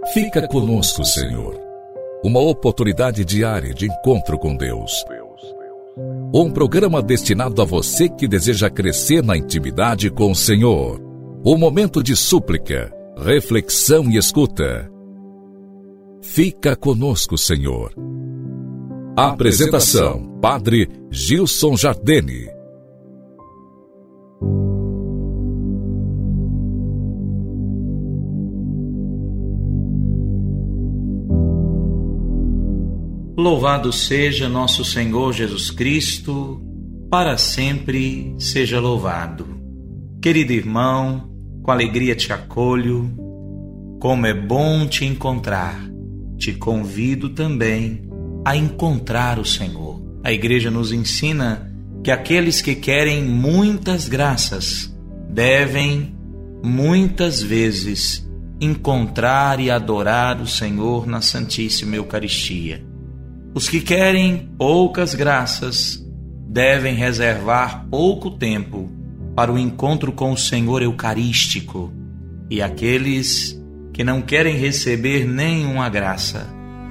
Fica conosco, Senhor. Uma oportunidade diária de encontro com Deus. Um programa destinado a você que deseja crescer na intimidade com o Senhor. Um momento de súplica, reflexão e escuta. Fica conosco, Senhor. Apresentação: Padre Gilson Jardene. Louvado seja nosso Senhor Jesus Cristo, para sempre seja louvado. Querido irmão, com alegria te acolho. Como é bom te encontrar. Te convido também a encontrar o Senhor. A Igreja nos ensina que aqueles que querem muitas graças devem, muitas vezes, encontrar e adorar o Senhor na Santíssima Eucaristia. Os que querem poucas graças devem reservar pouco tempo para o encontro com o Senhor Eucarístico. E aqueles que não querem receber nenhuma graça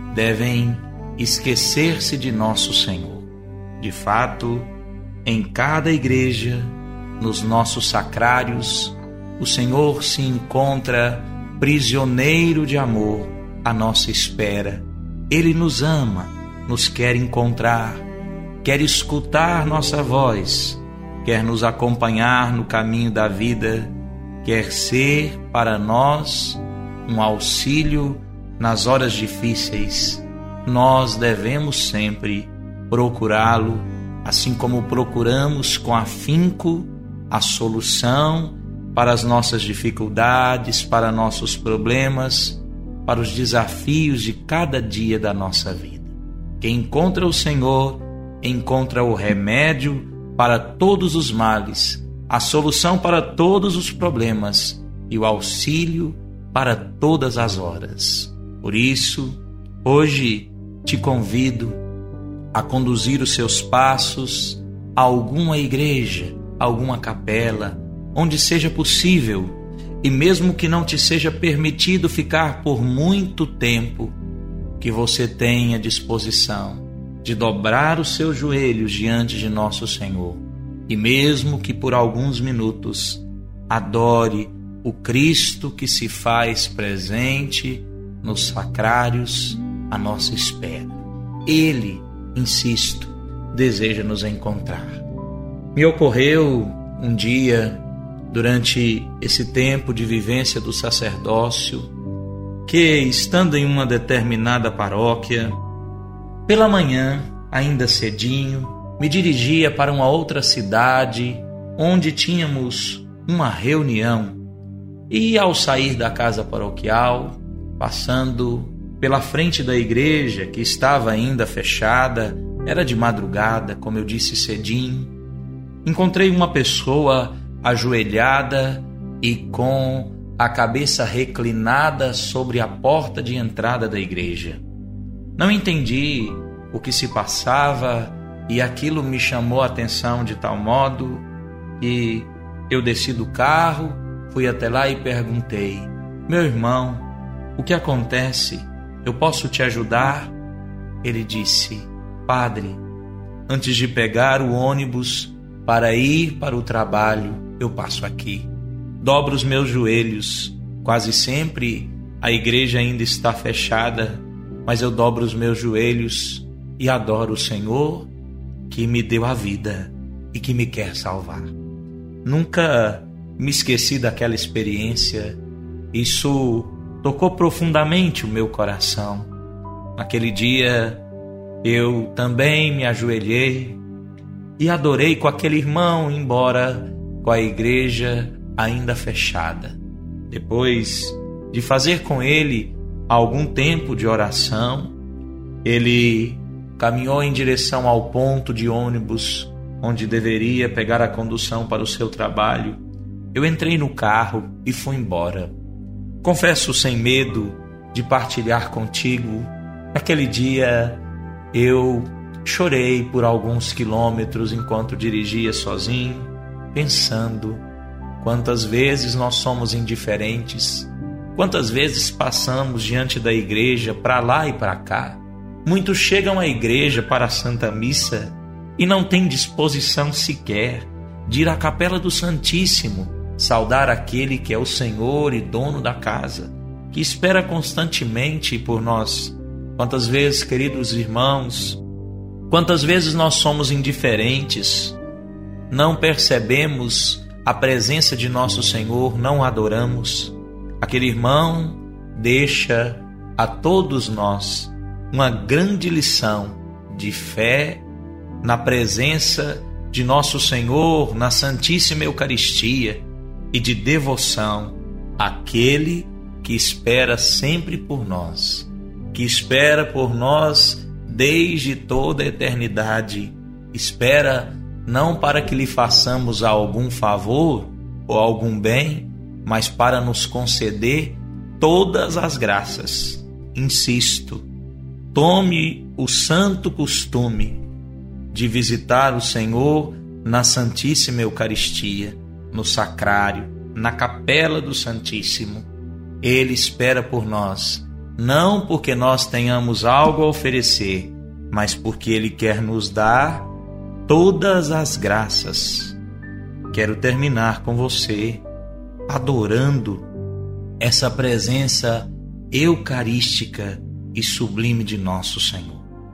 devem esquecer-se de nosso Senhor. De fato, em cada igreja, nos nossos sacrários, o Senhor se encontra prisioneiro de amor à nossa espera. Ele nos ama, nos quer encontrar, quer escutar nossa voz, quer nos acompanhar no caminho da vida, quer ser para nós um auxílio nas horas difíceis. Nós devemos sempre procurá-lo, assim como procuramos com afinco a solução para as nossas dificuldades, para nossos problemas, para os desafios de cada dia da nossa vida. Quem encontra o Senhor, encontra o remédio para todos os males, a solução para todos os problemas e o auxílio para todas as horas. Por isso, hoje te convido a conduzir os seus passos a alguma igreja, alguma capela, onde seja possível, e mesmo que não te seja permitido ficar por muito tempo, que você tenha disposição de dobrar os seus joelhos diante de nosso Senhor e mesmo que por alguns minutos adore o Cristo que se faz presente nos sacrários à nossa espera. Ele, insisto, deseja nos encontrar. Me ocorreu um dia, durante esse tempo de vivência do sacerdócio, que, estando em uma determinada paróquia, pela manhã, ainda cedinho, me dirigia para uma outra cidade onde tínhamos uma reunião. E ao sair da casa paroquial, passando pela frente da igreja, que estava ainda fechada, era de madrugada, como eu disse, cedinho, encontrei uma pessoa ajoelhada e com a cabeça reclinada sobre a porta de entrada da igreja. Não entendi o que se passava e aquilo me chamou a atenção de tal modo que eu desci do carro, fui até lá e perguntei: meu irmão, o que acontece? Eu posso te ajudar? Ele disse: padre, antes de pegar o ônibus para ir para o trabalho, eu passo aqui. Dobro os meus joelhos. Quase sempre a igreja ainda está fechada, mas eu dobro os meus joelhos e adoro o Senhor que me deu a vida e que me quer salvar. Nunca me esqueci daquela experiência. Isso tocou profundamente o meu coração. Naquele dia eu também me ajoelhei e adorei com aquele irmão, embora com a igreja ainda fechada. Depois de fazer com ele algum tempo de oração, ele caminhou em direção ao ponto de ônibus onde deveria pegar a condução para o seu trabalho. Eu entrei no carro e fui embora. Confesso sem medo de partilhar contigo, naquele dia eu chorei por alguns quilômetros enquanto dirigia sozinho, pensando quantas vezes nós somos indiferentes, Quantas vezes passamos diante da igreja para lá e para cá? Muitos chegam à igreja para a Santa Missa e não têm disposição sequer de ir à Capela do Santíssimo, saudar aquele que é o Senhor e dono da casa, que espera constantemente por nós. Quantas vezes, queridos irmãos, quantas vezes nós somos indiferentes, não percebemos a presença de nosso Senhor, não adoramos. Aquele irmão deixa a todos nós uma grande lição de fé na presença de nosso Senhor, na Santíssima Eucaristia, e de devoção àquele que espera sempre por nós, que espera por nós desde toda a eternidade, espera não para que lhe façamos algum favor ou algum bem, mas para nos conceder todas as graças. Insisto, tome o santo costume de visitar o Senhor na Santíssima Eucaristia, no sacrário, na Capela do Santíssimo. Ele espera por nós, não porque nós tenhamos algo a oferecer, mas porque Ele quer nos dar todas as graças. Quero terminar com você adorando essa presença eucarística e sublime de nosso Senhor.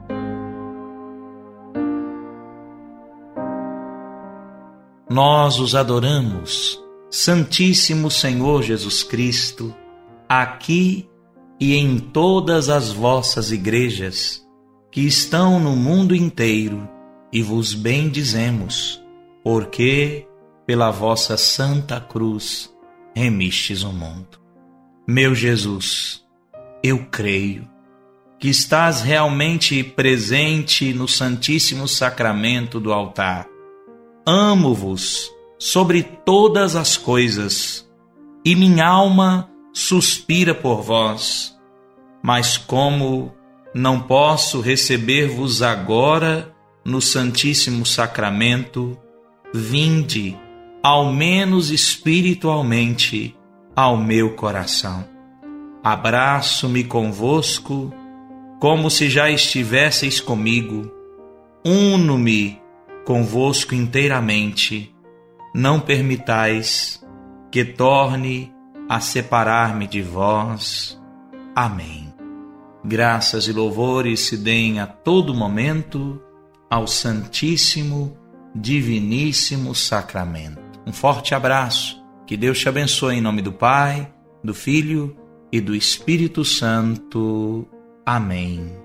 Nós os adoramos, Santíssimo Senhor Jesus Cristo, aqui e em todas as vossas igrejas que estão no mundo inteiro, e vos bendizemos, porque pela vossa santa cruz remistes o mundo. Meu Jesus, eu creio que estás realmente presente no Santíssimo Sacramento do altar. Amo-vos sobre todas as coisas, e minha alma suspira por vós. Mas como não posso receber-vos agora no Santíssimo Sacramento, vinde, ao menos espiritualmente, ao meu coração. Abraço-me convosco, como se já estivesseis comigo. Uno-me convosco inteiramente. Não permitais que torne a separar-me de vós. Amém. Graças e louvores se deem a todo momento ao Santíssimo, Diviníssimo Sacramento. Um forte abraço. Que Deus te abençoe em nome do Pai, do Filho e do Espírito Santo. Amém.